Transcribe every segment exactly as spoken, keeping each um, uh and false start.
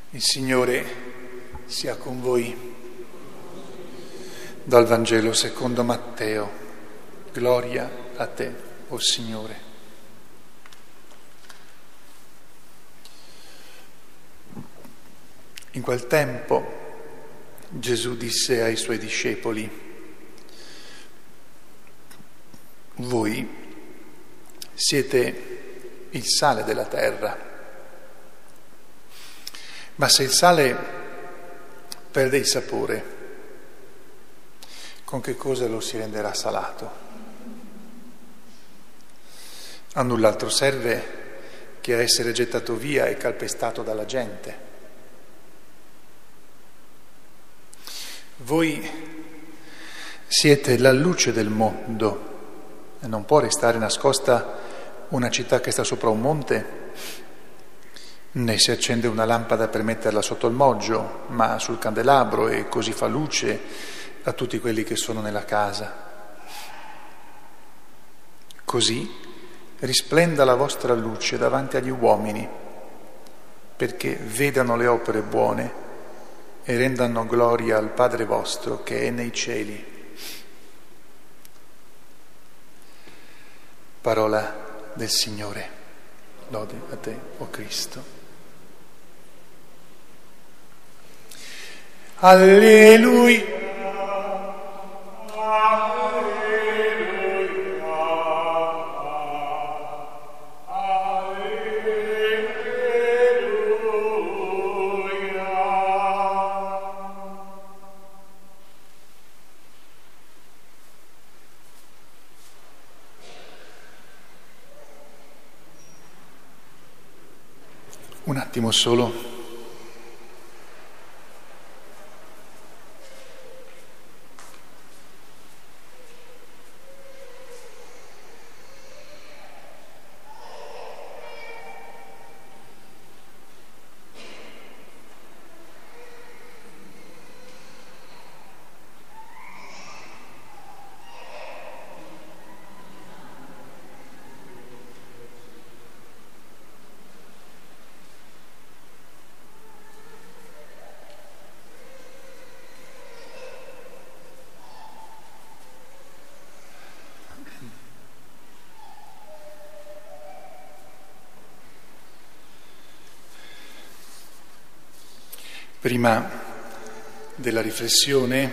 Il Signore sia con voi. Dal Vangelo secondo Matteo. Gloria a te, o Signore. In quel tempo Gesù disse ai suoi discepoli: voi siete il sale della terra. Ma se il sale perde il sapore, con che cosa lo si renderà salato? A null'altro serve che a essere gettato via e calpestato dalla gente. Voi siete la luce del mondo e non può restare nascosta una città che sta sopra un monte, né si accende una lampada per metterla sotto il moggio, ma sul candelabro, e così fa luce a tutti quelli che sono nella casa. Così risplenda la vostra luce davanti agli uomini, perché vedano le opere buone e rendano gloria al Padre vostro che è nei cieli. Parola del Signore. Lode a te, o Cristo. Alleluia, alleluia, alleluia. Un attimo solo. Prima della riflessione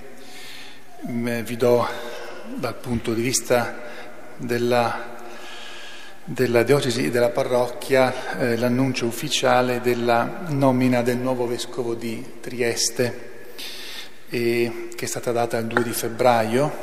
vi do dal punto di vista della, della diocesi e della parrocchia eh, l'annuncio ufficiale della nomina del nuovo vescovo di Trieste, e, che è stata data il due di febbraio.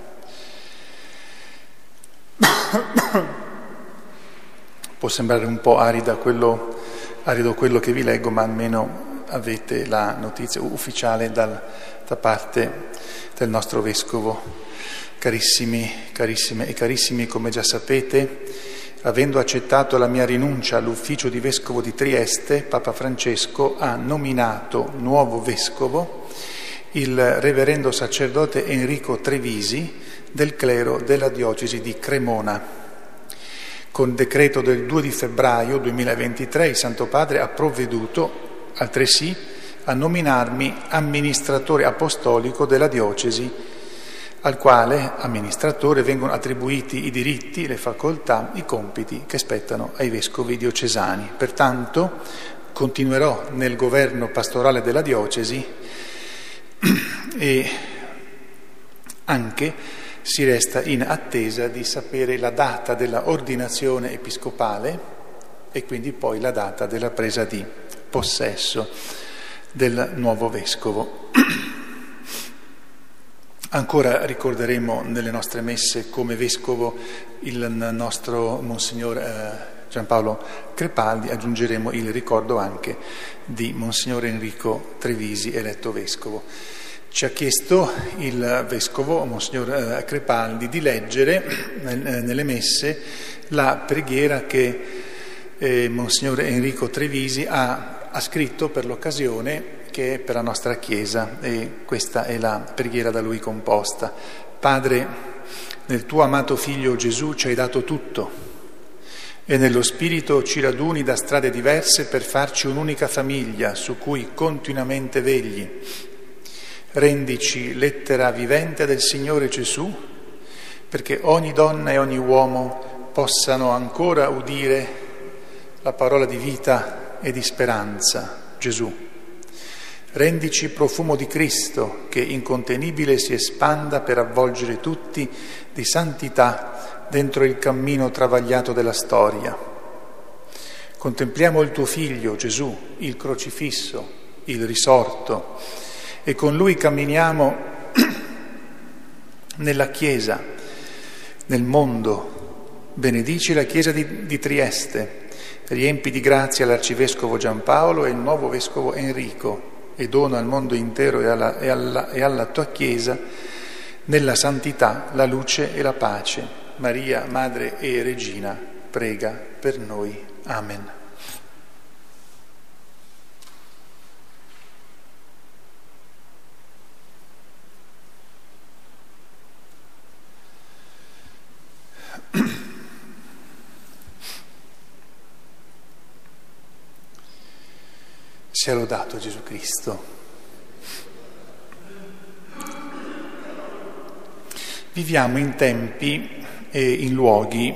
Può sembrare un po' arida quello, arido quello che vi leggo, ma almeno avete la notizia ufficiale dal, da parte del nostro Vescovo. Carissimi, carissime e carissimi, come già sapete, avendo accettato la mia rinuncia all'ufficio di Vescovo di Trieste, Papa Francesco ha nominato nuovo Vescovo il Reverendo Sacerdote Enrico Trevisi del clero della Diocesi di Cremona. Con decreto del due di febbraio duemilaventitré il Santo Padre ha provveduto altresì a nominarmi amministratore apostolico della diocesi, al quale amministratore vengono attribuiti i diritti, le facoltà, i compiti che spettano ai vescovi diocesani. Pertanto continuerò nel governo pastorale della diocesi e anche si resta in attesa di sapere la data della ordinazione episcopale e quindi poi la data della presa di possesso del nuovo vescovo. Ancora ricorderemo nelle nostre messe come vescovo il nostro Monsignor eh, Giampaolo Crepaldi, aggiungeremo il ricordo anche di Monsignor Enrico Trevisi, eletto vescovo. Ci ha chiesto il vescovo, Monsignor eh, Crepaldi, di leggere nel, nelle messe la preghiera che eh, Monsignor Enrico Trevisi ha ha scritto per l'occasione, che è per la nostra Chiesa, e questa è la preghiera da lui composta. Padre, nel tuo amato Figlio Gesù ci hai dato tutto, e nello Spirito ci raduni da strade diverse per farci un'unica famiglia su cui continuamente vegli. Rendici lettera vivente del Signore Gesù, perché ogni donna e ogni uomo possano ancora udire la parola di vita e di speranza, Gesù. Rendici profumo di Cristo, che incontenibile si espanda per avvolgere tutti di santità dentro il cammino travagliato della storia. Contempliamo il tuo Figlio, Gesù, il crocifisso, il risorto, e con Lui camminiamo nella Chiesa, nel mondo. Benedici la Chiesa di, di Trieste, riempi di grazia l'Arcivescovo Giampaolo e il nuovo Vescovo Enrico, e dona al mondo intero e alla, e, alla, e alla tua Chiesa nella santità, la luce e la pace. Maria, Madre e Regina, prega per noi. Amen. Sia lodato Gesù Cristo. Viviamo in tempi e in luoghi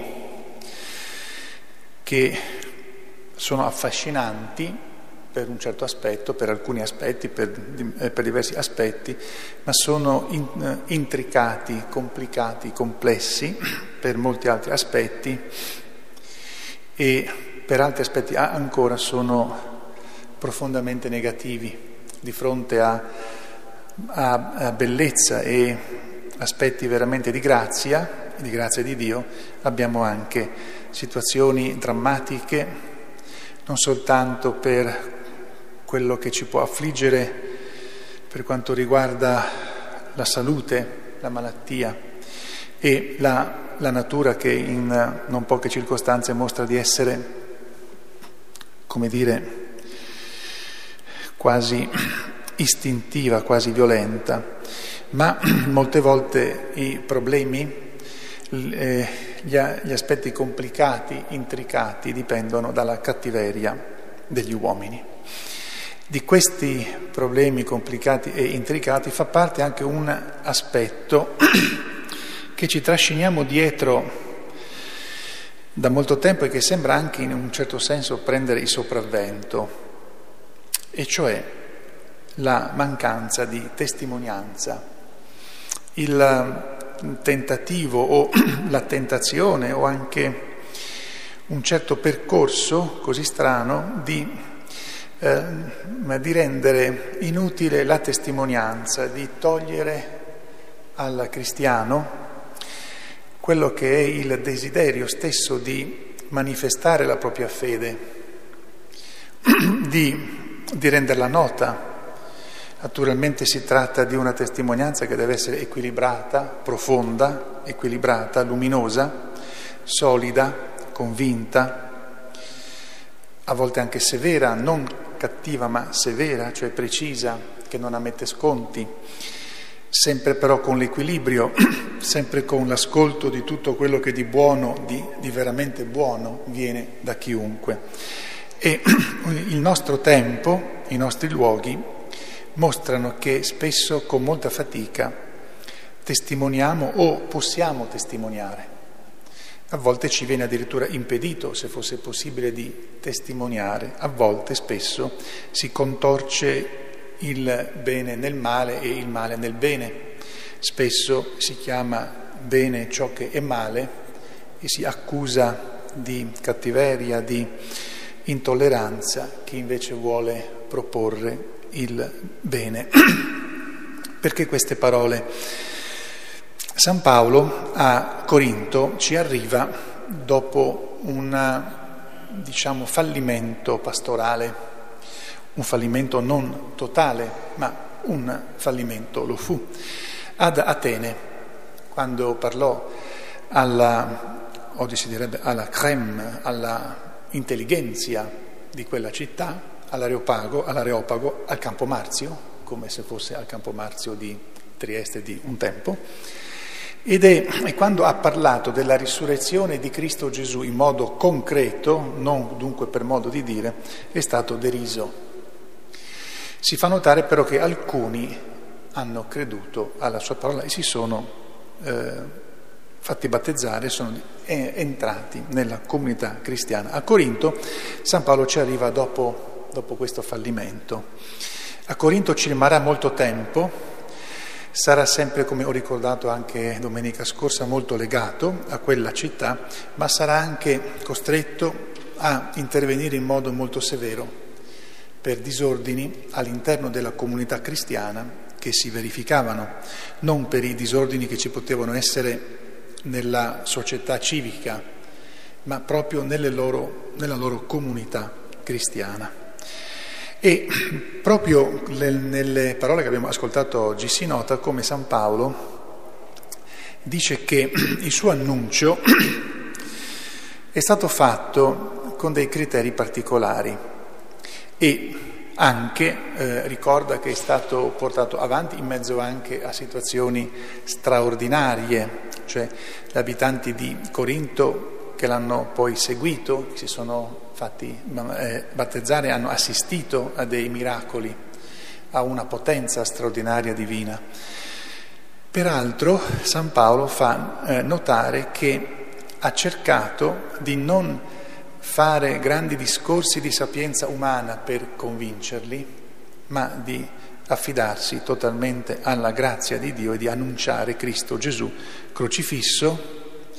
che sono affascinanti per un certo aspetto, per alcuni aspetti, per, per diversi aspetti, ma sono in, intricati, complicati, complessi per molti altri aspetti, e per altri aspetti ancora sono profondamente negativi. Di fronte a, a, a bellezza e aspetti veramente di grazia, di grazia di Dio, abbiamo anche situazioni drammatiche, non soltanto per quello che ci può affliggere per quanto riguarda la salute, la malattia e la, la natura che in non poche circostanze mostra di essere, come dire, quasi istintiva, quasi violenta, ma molte volte i problemi, eh, gli, gli aspetti complicati, intricati, dipendono dalla cattiveria degli uomini. Di questi problemi complicati e intricati fa parte anche un aspetto che ci trasciniamo dietro da molto tempo e che sembra anche in un certo senso prendere il sopravvento, e cioè la mancanza di testimonianza, il tentativo o la tentazione o anche un certo percorso così strano di, eh, di rendere inutile la testimonianza, di togliere al cristiano quello che è il desiderio stesso di manifestare la propria fede, di di renderla nota. Naturalmente si tratta di una testimonianza che deve essere equilibrata, profonda, equilibrata, luminosa, solida, convinta, a volte anche severa, non cattiva ma severa, cioè precisa, che non ammette sconti, sempre però con l'equilibrio, sempre con l'ascolto di tutto quello che di buono, di, di veramente buono viene da chiunque. E il nostro tempo, i nostri luoghi mostrano che spesso con molta fatica testimoniamo o possiamo testimoniare. A volte ci viene addirittura impedito, se fosse possibile, di testimoniare. A volte, spesso, si contorce il bene nel male e il male nel bene. Spesso si chiama bene ciò che è male e si accusa di cattiveria, di intolleranza chi invece vuole proporre il bene. Perché queste parole? San Paolo a Corinto ci arriva dopo un, diciamo, fallimento pastorale, un fallimento non totale, ma un fallimento lo fu. Ad Atene, quando parlò alla, oggi si direbbe alla crème, alla intelligenza di quella città, all'Areopago, all'Areopago, al Campo Marzio, come se fosse al Campo Marzio di Trieste di un tempo, Ed è, è quando ha parlato della risurrezione di Cristo Gesù in modo concreto, non dunque per modo di dire, è stato deriso. Si fa notare però che alcuni hanno creduto alla sua parola e si sono eh, fatti battezzare, sono eh, entrati nella comunità cristiana. A Corinto San Paolo ci arriva dopo, dopo questo fallimento. A Corinto ci rimarrà molto tempo. Sarà sempre, come ho ricordato anche domenica scorsa, molto legato a quella città, ma sarà anche costretto a intervenire in modo molto severo per disordini all'interno della comunità cristiana che si verificavano, non per i disordini che ci potevano essere nella società civica, ma proprio nelle loro, nella loro comunità cristiana. E proprio nelle parole che abbiamo ascoltato oggi si nota come San Paolo dice che il suo annuncio è stato fatto con dei criteri particolari e anche eh, ricorda che è stato portato avanti in mezzo anche a situazioni straordinarie, cioè gli abitanti di Corinto che l'hanno poi seguito, che si sono fatti eh, battezzare, hanno assistito a dei miracoli, a una potenza straordinaria divina. Peraltro San Paolo fa eh, notare che ha cercato di non fare grandi discorsi di sapienza umana per convincerli, ma di affidarsi totalmente alla grazia di Dio e di annunciare Cristo Gesù crocifisso.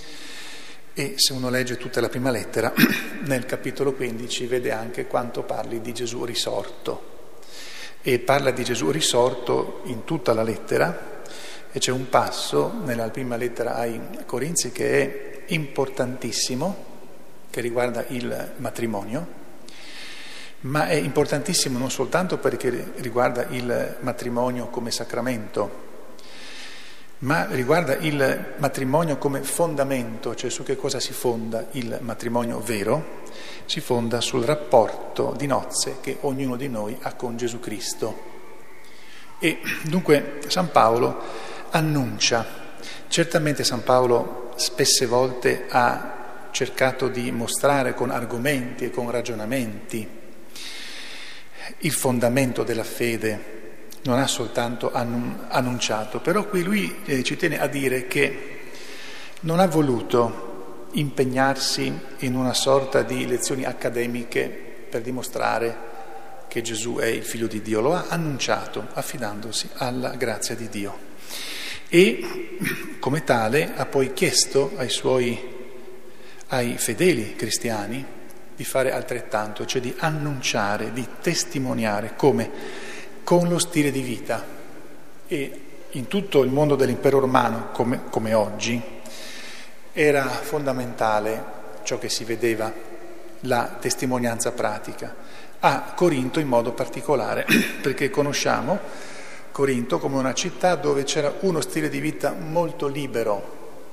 E se uno legge tutta la prima lettera, nel capitolo quindici vede anche quanto parli di Gesù risorto. E parla di Gesù risorto in tutta la lettera, e c'è un passo nella prima lettera ai Corinzi che è importantissimo, che riguarda il matrimonio, ma è importantissimo non soltanto perché riguarda il matrimonio come sacramento, ma riguarda il matrimonio come fondamento, cioè su che cosa si fonda il matrimonio vero? Si fonda sul rapporto di nozze che ognuno di noi ha con Gesù Cristo. E dunque San Paolo annuncia, certamente San Paolo spesse volte ha cercato di mostrare con argomenti e con ragionamenti il fondamento della fede, non ha soltanto annunciato, però qui lui eh, ci tiene a dire che non ha voluto impegnarsi in una sorta di lezioni accademiche per dimostrare che Gesù è il Figlio di Dio, lo ha annunciato affidandosi alla grazia di Dio e come tale ha poi chiesto ai suoi, ai fedeli cristiani di fare altrettanto, cioè di annunciare, di testimoniare come con lo stile di vita. E in tutto il mondo dell'impero romano, come, come oggi, era fondamentale ciò che si vedeva, la testimonianza pratica. A Corinto in modo particolare, perché conosciamo Corinto come una città dove c'era uno stile di vita molto libero,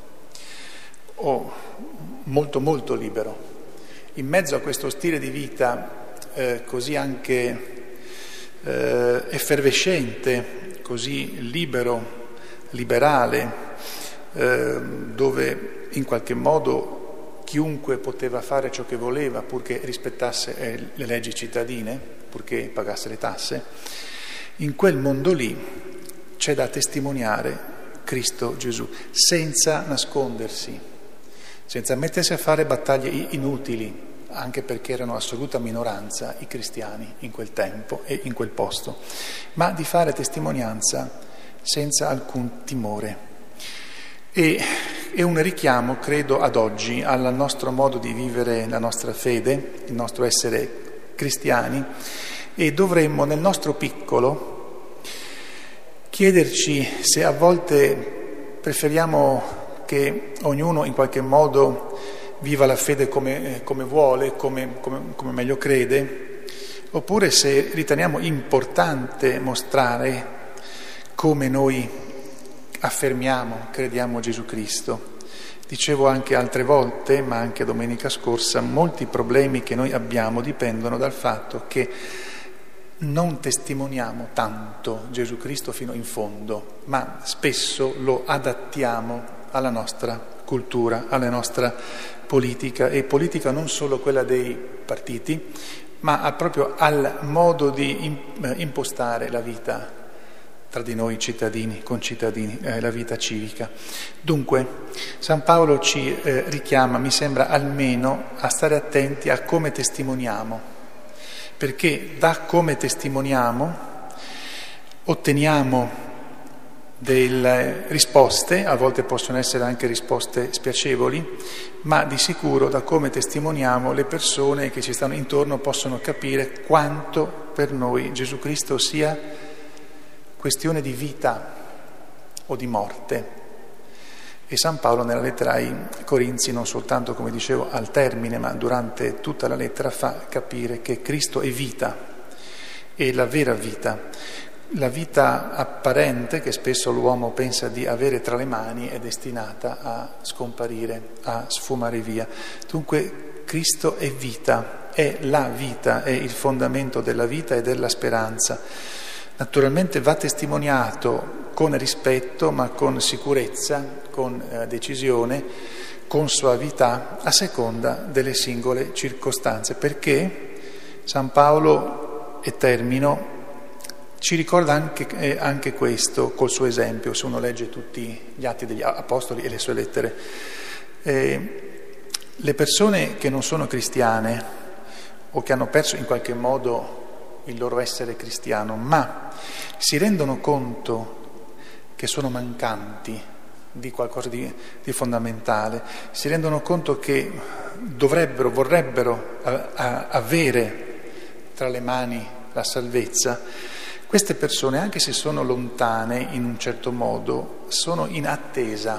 o molto molto libero. In mezzo a questo stile di vita eh, così anche Eh, effervescente, così libero, liberale, eh, dove in qualche modo chiunque poteva fare ciò che voleva purché rispettasse eh, le leggi cittadine, purché pagasse le tasse, in quel mondo lì c'è da testimoniare Cristo Gesù, senza nascondersi, senza mettersi a fare battaglie inutili, anche perché erano assoluta minoranza i cristiani in quel tempo e in quel posto, ma di fare testimonianza senza alcun timore. E è un richiamo, credo, ad oggi, al nostro modo di vivere la nostra fede, il nostro essere cristiani, e dovremmo nel nostro piccolo chiederci se a volte preferiamo che ognuno in qualche modo viva la fede come, come vuole, come, come, come meglio crede, oppure se riteniamo importante mostrare come noi affermiamo, crediamo a Gesù Cristo. Dicevo anche altre volte, ma anche domenica scorsa, molti problemi che noi abbiamo dipendono dal fatto che non testimoniamo tanto Gesù Cristo fino in fondo, ma spesso lo adattiamo alla nostra cultura, alla nostra politica, e politica non solo quella dei partiti, ma proprio al modo di impostare la vita tra di noi cittadini, concittadini, eh, la vita civica. Dunque, San Paolo ci eh, richiama, mi sembra, almeno a stare attenti a come testimoniamo, perché da come testimoniamo otteniamo delle risposte, a volte possono essere anche risposte spiacevoli, ma di sicuro da come testimoniamo le persone che ci stanno intorno possono capire quanto per noi Gesù Cristo sia questione di vita o di morte. E San Paolo nella lettera ai Corinzi, non soltanto, come dicevo, al termine, ma durante tutta la lettera, fa capire che Cristo è vita, è la vera vita. La vita apparente, che spesso l'uomo pensa di avere tra le mani, è destinata a scomparire, a sfumare via. Dunque Cristo è vita, è la vita, è il fondamento della vita e della speranza. Naturalmente va testimoniato con rispetto, ma con sicurezza, con eh, decisione, con soavità, a seconda delle singole circostanze, perché San Paolo, e termino, ci ricorda anche, eh, anche questo col suo esempio, se uno legge tutti gli atti degli apostoli e le sue lettere. Eh, le persone che non sono cristiane o che hanno perso in qualche modo il loro essere cristiano, ma si rendono conto che sono mancanti di qualcosa di, di fondamentale, si rendono conto che dovrebbero, vorrebbero a, a, avere tra le mani la salvezza. Queste persone, anche se sono lontane in un certo modo, sono in attesa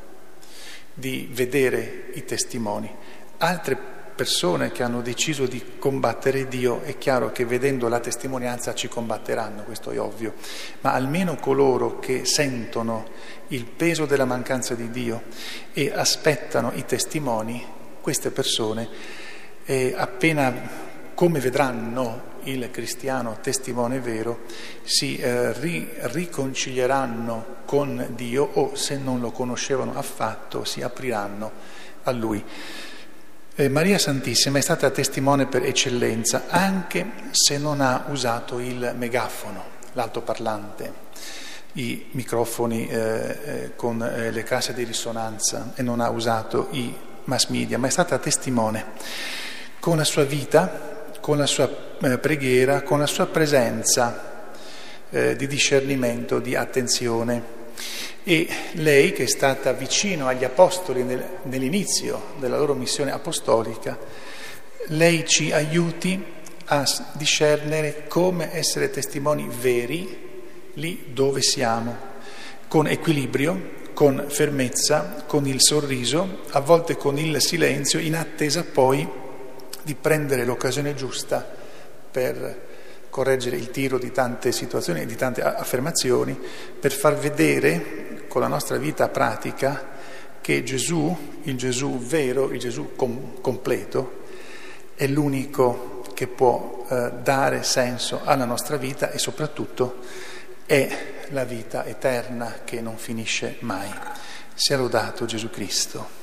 di vedere i testimoni. Altre persone che hanno deciso di combattere Dio, è chiaro che vedendo la testimonianza ci combatteranno, questo è ovvio, ma almeno coloro che sentono il peso della mancanza di Dio e aspettano i testimoni, queste persone, eh, appena come vedranno il cristiano testimone vero, si eh, ri- riconcilieranno con Dio, o se non lo conoscevano affatto si apriranno a Lui. Eh, Maria Santissima è stata testimone per eccellenza, anche se non ha usato il megafono, l'altoparlante, i microfoni eh, eh, con eh, le casse di risonanza, e non ha usato i mass media, ma è stata testimone con la sua vita, con la sua eh, preghiera, con la sua presenza eh, di discernimento, di attenzione. E lei, che è stata vicino agli apostoli nel, nell'inizio della loro missione apostolica, lei ci aiuti a discernere come essere testimoni veri lì dove siamo, con equilibrio, con fermezza, con il sorriso, a volte con il silenzio, in attesa poi di prendere l'occasione giusta per correggere il tiro di tante situazioni e di tante affermazioni, per far vedere con la nostra vita pratica che Gesù, il Gesù vero, il Gesù com- completo, è l'unico che può eh, dare senso alla nostra vita, e soprattutto è la vita eterna che non finisce mai. Sia lodato Gesù Cristo.